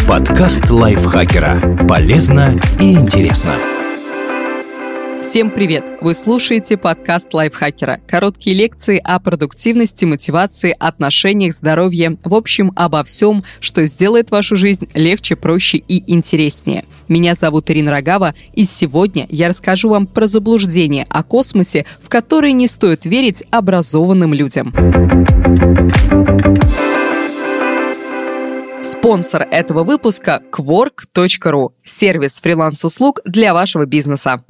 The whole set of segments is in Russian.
Подкаст лайфхакера. Полезно и интересно. Всем привет! Вы слушаете подкаст лайфхакера. Короткие лекции о продуктивности, мотивации, отношениях, здоровье. В общем, обо всем, что сделает вашу жизнь легче, проще и интереснее. Меня зовут Ирина Рогава, и сегодня я расскажу вам про заблуждение о космосе, в которые не стоит верить образованным людям. Спонсор этого выпуска – Quark.ru – сервис фриланс-услуг для вашего бизнеса.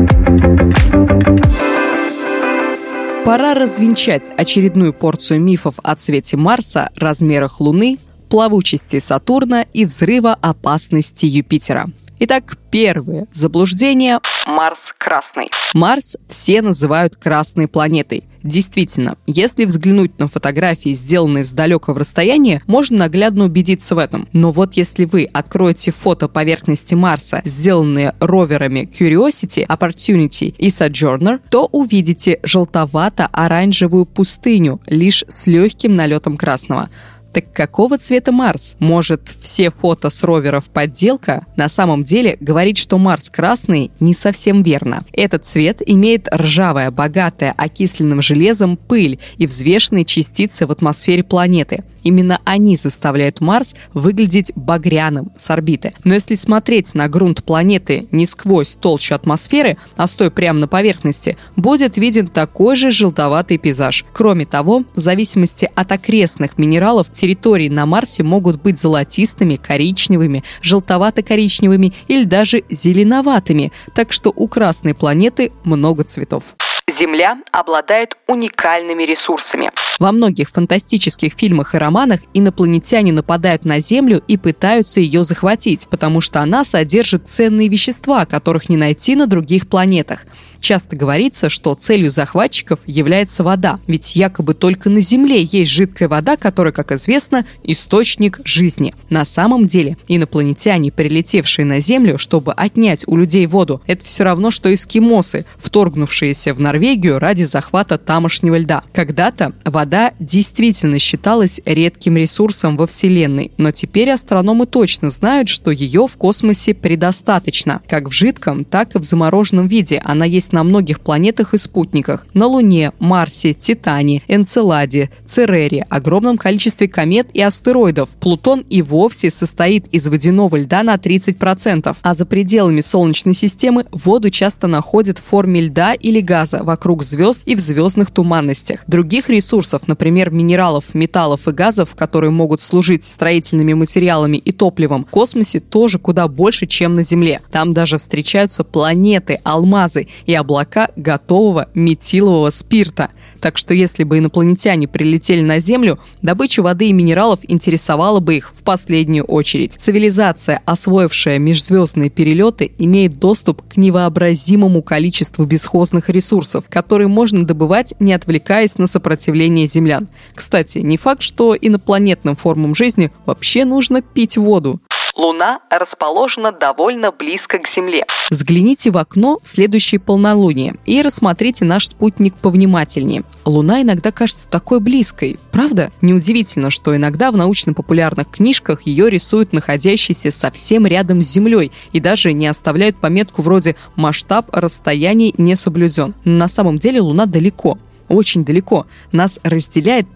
Пора развенчать очередную порцию мифов о цвете Марса, размерах Луны, плавучести Сатурна и взрывоопасности Юпитера. Итак, первое заблуждение – Марс красный. Марс все называют красной планетой. Действительно, если взглянуть на фотографии, сделанные с далекого расстояния, можно наглядно убедиться в этом. Но вот если вы откроете фото поверхности Марса, сделанные роверами Curiosity, Opportunity и Sojourner, то увидите желтовато-оранжевую пустыню, лишь с легким налетом красного. Так какого цвета Марс? Может, все фото с роверов подделка? На самом деле, говорить, что Марс красный, не совсем верно. Этот цвет имеет ржавая, богатая окисленным железом пыль и взвешенные частицы в атмосфере планеты. Именно они заставляют Марс выглядеть багряным с орбиты. Но если смотреть на грунт планеты не сквозь толщу атмосферы, а стоя прямо на поверхности, будет виден такой же желтоватый пейзаж. Кроме того, в зависимости от окрестных минералов, территории на Марсе могут быть золотистыми, коричневыми, желтовато-коричневыми или даже зеленоватыми. Так что у красной планеты много цветов. Земля обладает уникальными ресурсами. Во многих фантастических фильмах и романах инопланетяне нападают на Землю и пытаются ее захватить, потому что она содержит ценные вещества, которых не найти на других планетах. Часто говорится, что целью захватчиков является вода, ведь якобы только на Земле есть жидкая вода, которая, как известно, источник жизни. На самом деле, инопланетяне, прилетевшие на Землю, чтобы отнять у людей воду, это все равно, что эскимосы, вторгнувшиеся в Норвегию ради захвата тамошнего льда. Когда-то вода действительно считалась редким ресурсом во Вселенной, но теперь астрономы точно знают, что ее в космосе предостаточно. Как в жидком, так и в замороженном виде она есть на многих планетах и спутниках. На Луне, Марсе, Титане, Энцеладе, Церере, огромном количестве комет и астероидов. Плутон и вовсе состоит из водяного льда на 30%, а за пределами Солнечной системы воду часто находят в форме льда или газа вокруг звезд и в звездных туманностях. Других ресурсов, например, минералов, металлов и газов, которые могут служить строительными материалами и топливом, в космосе тоже куда больше, чем на Земле. Там даже встречаются планеты, алмазы и облака готового метилового спирта. Так что если бы инопланетяне прилетели на Землю, добыча воды и минералов интересовала бы их в последнюю очередь. Цивилизация, освоившая межзвездные перелеты, имеет доступ к невообразимому количеству бесхозных ресурсов, которые можно добывать, не отвлекаясь на сопротивление землян. Кстати, не факт, что инопланетным формам жизни вообще нужно пить воду. Луна расположена довольно близко к Земле. Взгляните в окно в следующее полнолуние и рассмотрите наш спутник повнимательнее. Луна иногда кажется такой близкой, правда? Неудивительно, что иногда в научно-популярных книжках ее рисуют находящейся совсем рядом с Землей и даже не оставляют пометку вроде «масштаб расстояний не соблюден». Но на самом деле Луна далеко. Очень далеко. Нас разделяет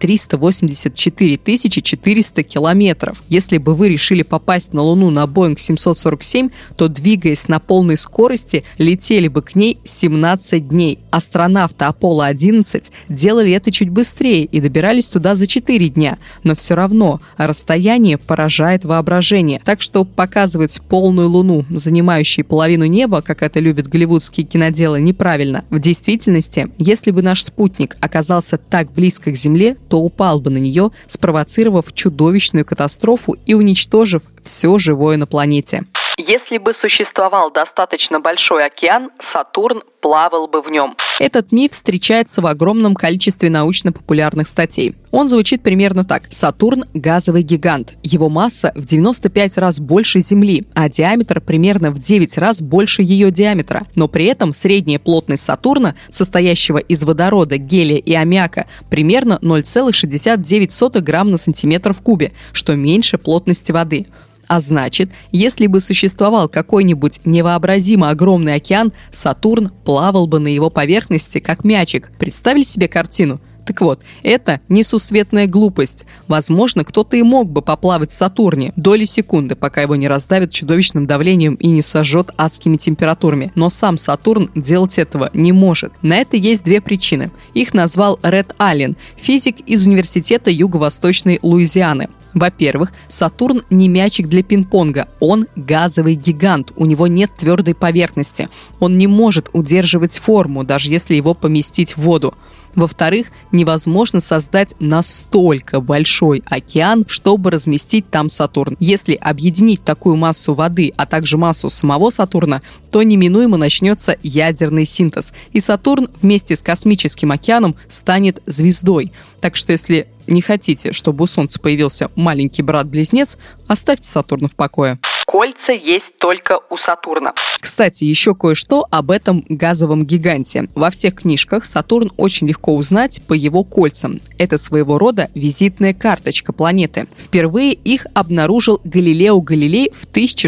384 400 километров. Если бы вы решили попасть на Луну на Boeing 747, то, двигаясь на полной скорости, летели бы к ней 17 дней. Астронавты Аполло-11 делали это чуть быстрее и добирались туда за 4 дня. Но все равно расстояние поражает воображение. Так что показывать полную Луну, занимающую половину неба, как это любят голливудские киноделы, неправильно. В действительности, если бы наш спутник оказался так близко к Земле, то упал бы на нее, спровоцировав чудовищную катастрофу и уничтожив все живое на планете. Если бы существовал достаточно большой океан, Сатурн плавал бы в нем. Этот миф встречается в огромном количестве научно-популярных статей. Он звучит примерно так. Сатурн – газовый гигант. Его масса в 95 раз больше Земли, а диаметр примерно в 9 раз больше ее диаметра. Но при этом средняя плотность Сатурна, состоящего из водорода, гелия и аммиака, примерно 0,69 грамм на сантиметр в кубе, что меньше плотности воды. А значит, если бы существовал какой-нибудь невообразимо огромный океан, Сатурн плавал бы на его поверхности, как мячик. Представили себе картину? Так вот, это несусветная глупость. Возможно, кто-то и мог бы поплавать в Сатурне доли секунды, пока его не раздавит чудовищным давлением и не сожжет адскими температурами. Но сам Сатурн делать этого не может. На это есть две причины. Их назвал Ред Аллен, физик из Университета Юго-Восточной Луизианы. Во-первых, Сатурн не мячик для пинг-понга, он газовый гигант, у него нет твердой поверхности. Он не может удерживать форму, даже если его поместить в воду. Во-вторых, невозможно создать настолько большой океан, чтобы разместить там Сатурн. Если объединить такую массу воды, а также массу самого Сатурна, то неминуемо начнется ядерный синтез, и Сатурн вместе с космическим океаном станет звездой. Так что если не хотите, чтобы у Солнца появился маленький брат-близнец, оставьте Сатурна в покое. Кольца есть только у Сатурна. Кстати, еще кое-что об этом газовом гиганте. Во всех книжках Сатурн очень легко узнать по его кольцам. Это своего рода визитная карточка планеты. Впервые их обнаружил Галилео Галилей в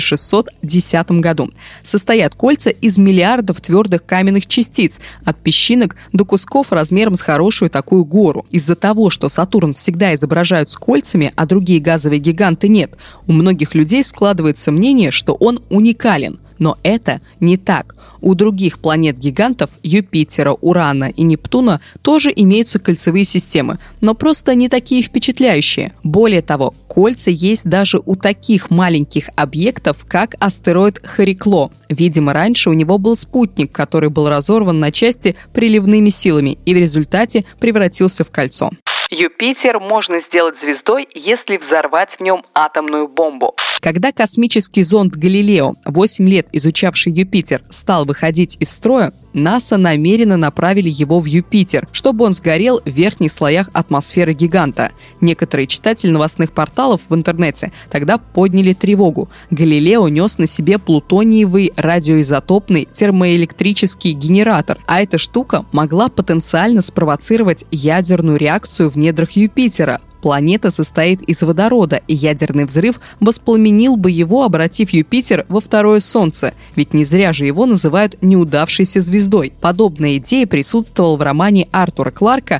1610 году. Состоят кольца из миллиардов твердых каменных частиц, от песчинок до кусков размером с хорошую такую гору. Из-за того, что Сатурн всегда изображают с кольцами, а другие газовые гиганты нет, у многих людей складывается мнение, что он уникален. Но это не так. У других планет-гигантов Юпитера, Урана и Нептуна тоже имеются кольцевые системы, но просто не такие впечатляющие. Более того, кольца есть даже у таких маленьких объектов, как астероид Харикло. Видимо, раньше у него был спутник, который был разорван на части приливными силами и в результате превратился в кольцо. Юпитер можно сделать звездой, если взорвать в нем атомную бомбу. Когда космический зонд Галилео, 8 лет изучавший Юпитер, стал выходить из строя, НАСА намеренно направили его в Юпитер, чтобы он сгорел в верхних слоях атмосферы гиганта. Некоторые читатели новостных порталов в интернете тогда подняли тревогу. Галилео нес на себе плутониевый радиоизотопный термоэлектрический генератор, а эта штука могла потенциально спровоцировать ядерную реакцию в недрах Юпитера. Планета состоит из водорода, и ядерный взрыв воспламенил бы его, обратив Юпитер во второе Солнце, ведь не зря же его называют неудавшейся звездой. Подобная идея присутствовала в романе Артура Кларка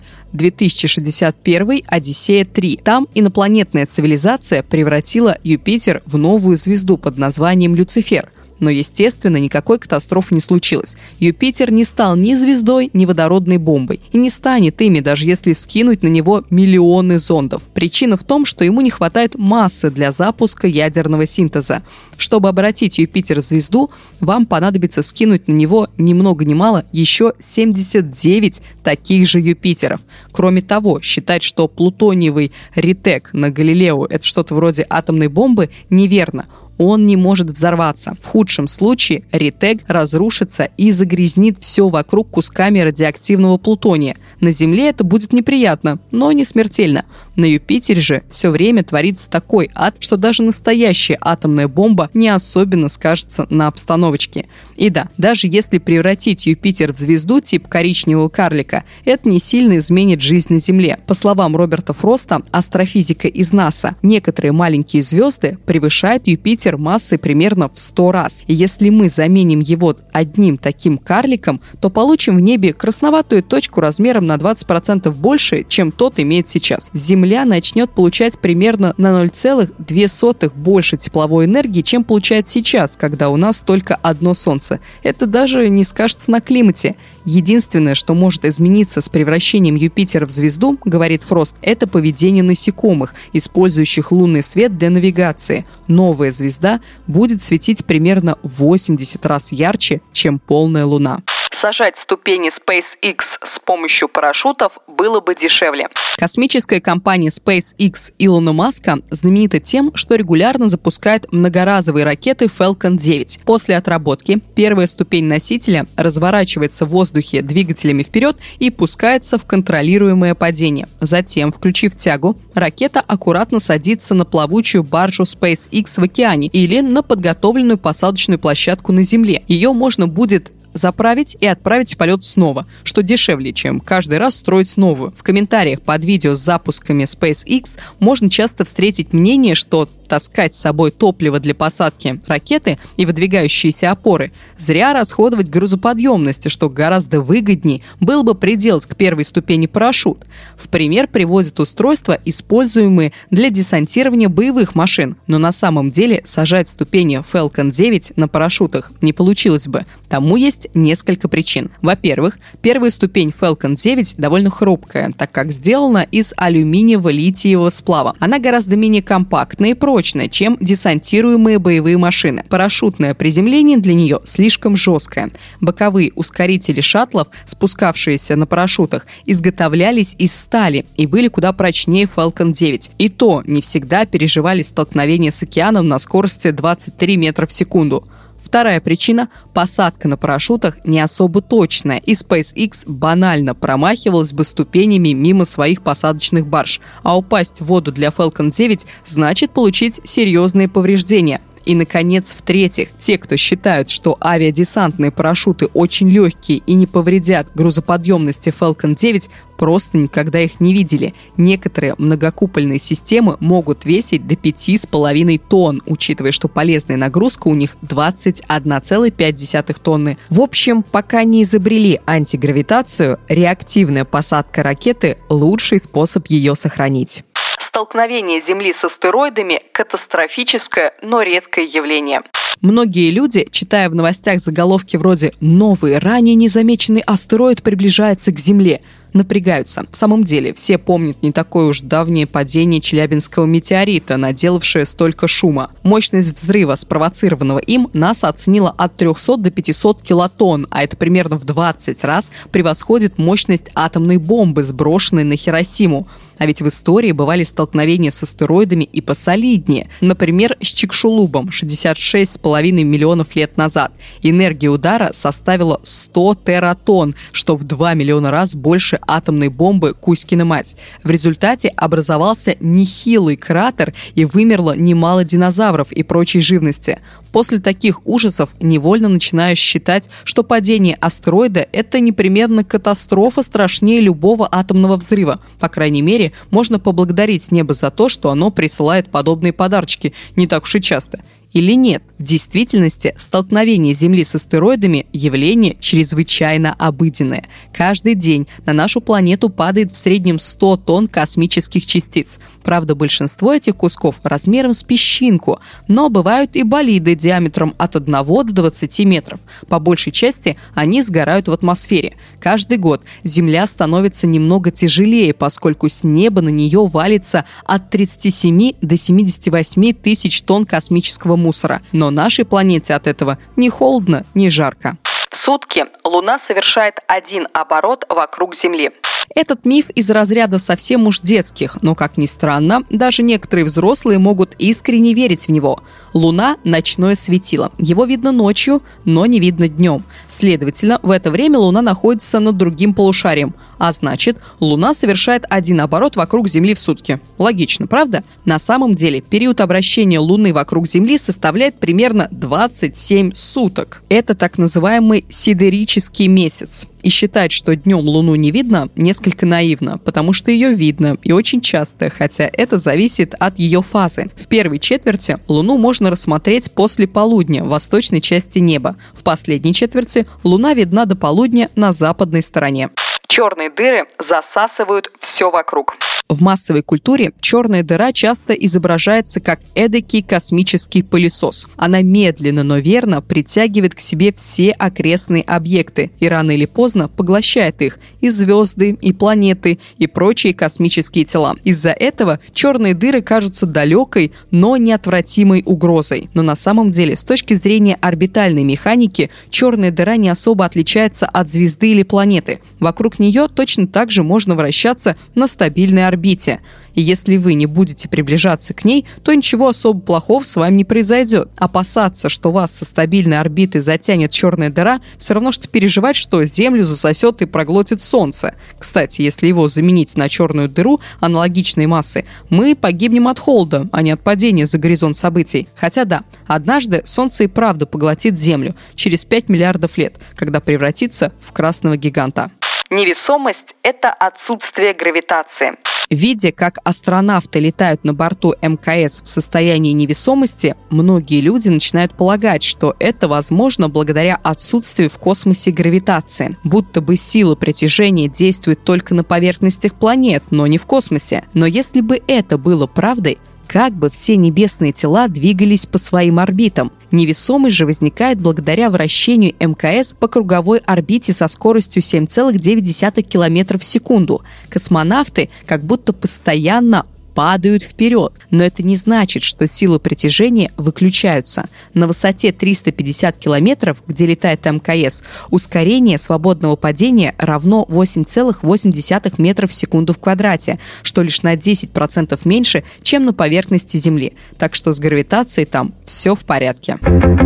2061 «Одиссея-3». Там инопланетная цивилизация превратила Юпитер в новую звезду под названием Люцифер. Но, естественно, никакой катастрофы не случилось. Юпитер не стал ни звездой, ни водородной бомбой. И не станет ими, даже если скинуть на него миллионы зондов. Причина в том, что ему не хватает массы для запуска ядерного синтеза. Чтобы обратить Юпитер в звезду, вам понадобится скинуть на него ни много ни мало еще 79 таких же Юпитеров. Кроме того, считать, что плутониевый ретек на Галилео – это что-то вроде атомной бомбы, неверно. Он не может взорваться. В худшем случае ретек разрушится и загрязнит все вокруг кусками радиоактивного плутония. На Земле это будет неприятно, но не смертельно. На Юпитере же все время творится такой ад, что даже настоящая атомная бомба не особенно скажется на обстановочке. И да, даже если превратить Юпитер в звезду типа коричневого карлика, это не сильно изменит жизнь на Земле. По словам Роберта Фроста, астрофизика из НАСА, некоторые маленькие звезды превышают Юпитер массой примерно в 100 раз. И если мы заменим его одним таким карликом, то получим в небе красноватую точку размером на 20% больше, чем тот имеет сейчас. Земля начнет получать примерно на 0,02 больше тепловой энергии, чем получает сейчас, когда у нас только одно Солнце. Это даже не скажется на климате. Единственное, что может измениться с превращением Юпитера в звезду, говорит Фрост, это поведение насекомых, использующих лунный свет для навигации. Новая звезда будет светить примерно 80 раз ярче, чем полная Луна. Сажать ступени SpaceX с помощью парашютов было бы дешевле. Космическая компания SpaceX Илона Маска знаменита тем, что регулярно запускает многоразовые ракеты Falcon 9. После отработки первая ступень носителя разворачивается в воздухе двигателями вперед и пускается в контролируемое падение. Затем, включив тягу, ракета аккуратно садится на плавучую баржу SpaceX в океане или на подготовленную посадочную площадку на Земле. Ее можно будет заправить и отправить в полет снова, что дешевле, чем каждый раз строить новую. В комментариях под видео с запусками SpaceX можно часто встретить мнение, что таскать с собой топливо для посадки ракеты и выдвигающиеся опоры, зря расходовать грузоподъемности, что гораздо выгоднее было бы приделать к первой ступени парашют. В пример приводят устройства, используемые для десантирования боевых машин, но на самом деле сажать ступени Falcon 9 на парашютах не получилось бы. Тому есть несколько причин. Во-первых, первая ступень Falcon 9 довольно хрупкая, так как сделана из алюминиево-литиевого сплава. Она гораздо менее компактная и прочная, чем десантируемые боевые машины. Парашютное приземление для нее слишком жесткое. Боковые ускорители шаттлов, спускавшиеся на парашютах, изготовлялись из стали и были куда прочнее Falcon 9. И то не всегда переживали столкновение с океаном на скорости 23 метра в секунду. Вторая причина – посадка на парашютах не особо точная, и SpaceX банально промахивалась бы ступенями мимо своих посадочных барж, а упасть в воду для Falcon 9 значит получить серьезные повреждения. И, наконец, в-третьих, те, кто считают, что авиадесантные парашюты очень легкие и не повредят грузоподъемности Falcon 9, просто никогда их не видели. Некоторые многокупольные системы могут весить до 5,5 тонн, учитывая, что полезная нагрузка у них 21,5 тонны. В общем, пока не изобрели антигравитацию, реактивная посадка ракеты – лучший способ ее сохранить. Столкновение Земли с астероидами – катастрофическое, но редкое явление. Многие люди, читая в новостях заголовки вроде «Новый, ранее незамеченный астероид приближается к Земле», напрягаются. В самом деле, все помнят не такое уж давнее падение Челябинского метеорита, наделавшее столько шума. Мощность взрыва, спровоцированного им, НАСА оценила от 300 до 500 килотонн, а это примерно в 20 раз превосходит мощность атомной бомбы, сброшенной на Хиросиму. А ведь в истории бывали столкновения с астероидами и посолиднее. Например, с Чикшулубом 66,5 миллионов лет назад. Энергия удара составила 100 тератонн, что в 2 миллиона раз больше атомной бомбы Кузькина мать. В результате образовался нехилый кратер и вымерло немало динозавров и прочей живности. После таких ужасов невольно начинаешь считать, что падение астероида – это непременно катастрофа страшнее любого атомного взрыва. По крайней мере, можно поблагодарить небо за то, что оно присылает подобные подарочки не так уж и часто. Или нет? В действительности столкновение Земли с астероидами – явление чрезвычайно обыденное. Каждый день на нашу планету падает в среднем 100 тонн космических частиц. Правда, большинство этих кусков размером с песчинку, но бывают и болиды диаметром от 1 до 20 метров. По большей части они сгорают в атмосфере. Каждый год Земля становится немного тяжелее, поскольку с неба на нее валится от 37 до 78 тысяч тонн космического мусора. Но нашей планете от этого ни холодно, ни жарко. В сутки Луна совершает 1 оборот вокруг Земли. Этот миф из разряда совсем уж детских, но, как ни странно, даже некоторые взрослые могут искренне верить в него. Луна – ночное светило. Его видно ночью, но не видно днем. Следовательно, в это время Луна находится над другим полушарием. А значит, Луна совершает 1 оборот вокруг Земли в сутки. Логично, правда? На самом деле, период обращения Луны вокруг Земли составляет примерно 27 суток. Это так называемый сидерический месяц. И считать, что днем Луну не видно, несколько наивно, потому что ее видно, и очень часто, хотя это зависит от ее фазы. В первой четверти Луну можно рассмотреть после полудня в восточной части неба. В последней четверти Луна видна до полудня на западной стороне. Черные дыры засасывают все вокруг. В массовой культуре черная дыра часто изображается как эдакий космический пылесос. Она медленно, но верно притягивает к себе все окрестные объекты и рано или поздно поглощает их – и звезды, и планеты, и прочие космические тела. Из-за этого черные дыры кажутся далекой, но неотвратимой угрозой. Но на самом деле, с точки зрения орбитальной механики, черная дыра не особо отличается от звезды или планеты. Вокруг нее точно так же можно вращаться на стабильной орбите. И если вы не будете приближаться к ней, то ничего особо плохого с вами не произойдет. Опасаться, что вас со стабильной орбиты затянет черная дыра, все равно, что переживать, что Землю засосет и проглотит Солнце. Кстати, если его заменить на черную дыру аналогичной массы, мы погибнем от холода, а не от падения за горизонт событий. Хотя да, однажды Солнце и правда поглотит Землю через 5 миллиардов лет, когда превратится в красного гиганта. Невесомость – это отсутствие гравитации. Видя, как астронавты летают на борту МКС в состоянии невесомости, многие люди начинают полагать, что это возможно благодаря отсутствию в космосе гравитации. Будто бы сила притяжения действует только на поверхностях планет, но не в космосе. Но если бы это было правдой, как бы все небесные тела двигались по своим орбитам? Невесомость же возникает благодаря вращению МКС по круговой орбите со скоростью 7,9 км в секунду. Космонавты как будто постоянно падают вперед, но это не значит, что силы притяжения выключаются. На высоте 350 километров, где летает МКС, ускорение свободного падения равно 8,8 метра в секунду в квадрате, что лишь на 10% меньше, чем на поверхности Земли. Так что с гравитацией там все в порядке.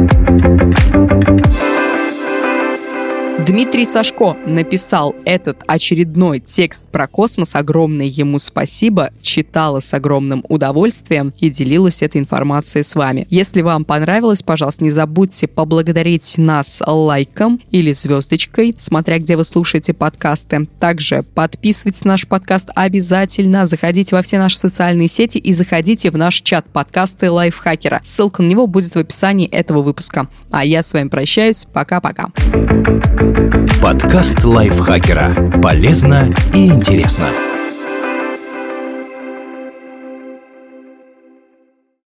Дмитрий Сашко написал этот очередной текст про космос. Огромное ему спасибо. Читала с огромным удовольствием и делилась этой информацией с вами. Если вам понравилось, пожалуйста, не забудьте поблагодарить нас лайком или звездочкой, смотря где вы слушаете подкасты. Также подписывайтесь на наш подкаст обязательно. Заходите во все наши социальные сети и заходите в наш чат подкасты Лайфхакера. Ссылка на него будет в описании этого выпуска. А я с вами прощаюсь. Пока-пока. Подкаст Лайфхакера. Полезно и интересно.